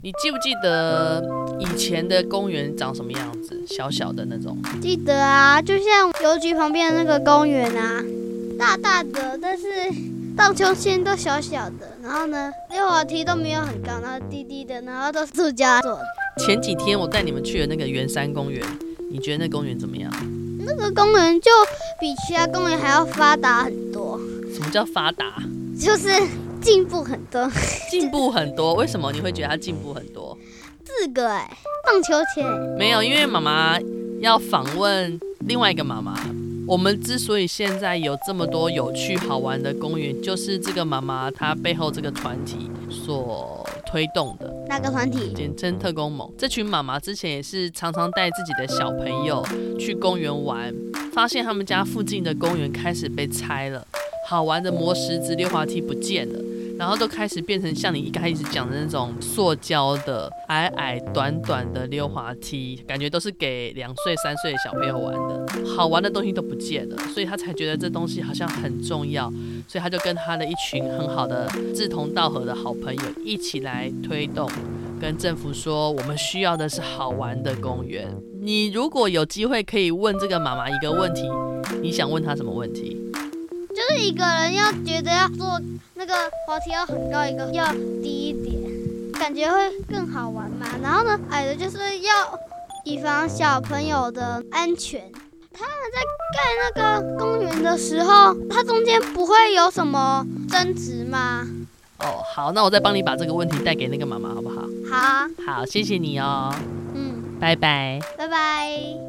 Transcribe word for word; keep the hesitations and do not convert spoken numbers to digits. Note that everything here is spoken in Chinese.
你记不记得以前的公园长什么样子？小小的那种。 记得啊，就像邮局旁边的那个公园啊，大大的，但是荡秋千都小小的，然后呢，溜滑梯都没有很高，然后低低的，然后都是塑胶做的。 前几天我带你们去的那个圆山公园，你觉得那公园怎么样？ 那个公园就比其他公园还要发达很多。 什么叫发达？ 就是进步很多。 进步很多？为什么你会觉得它进步很多？ 四个哎、欸，荡秋千。 没有，因为妈妈要访问另外一个妈妈。我们之所以现在有这么多有趣好玩的公园，就是这个妈妈她背后这个团体所推动的。 哪个团体？ 简称特工盟。这群妈妈之前也是常常带自己的小朋友去公园玩，发现他们家附近的公园开始被拆了，好玩的磨石子溜滑梯不见了，然后都开始变成像你一开始讲的那种塑胶的矮矮短短的溜滑梯，感觉都是给两岁三岁的小朋友玩的，好玩的东西都不见了，所以他才觉得这东西好像很重要，所以他就跟他的一群很好的志同道合的好朋友一起来推动，跟政府说我们需要的是好玩的公园。你如果有机会可以问这个妈妈一个问题，你想问她什么问题？ 就是一个人要觉得要做那个滑梯要很高，一个要低一点，感觉会更好玩嘛。然后呢，矮的就是要以防小朋友的安全。他们在盖那个公园的时候，它中间不会有什么争执吗？ 哦，好，那我再帮你把这个问题带给那个妈妈，好不好？ 好啊， 好，谢谢你哦。 嗯， 拜拜。 拜拜。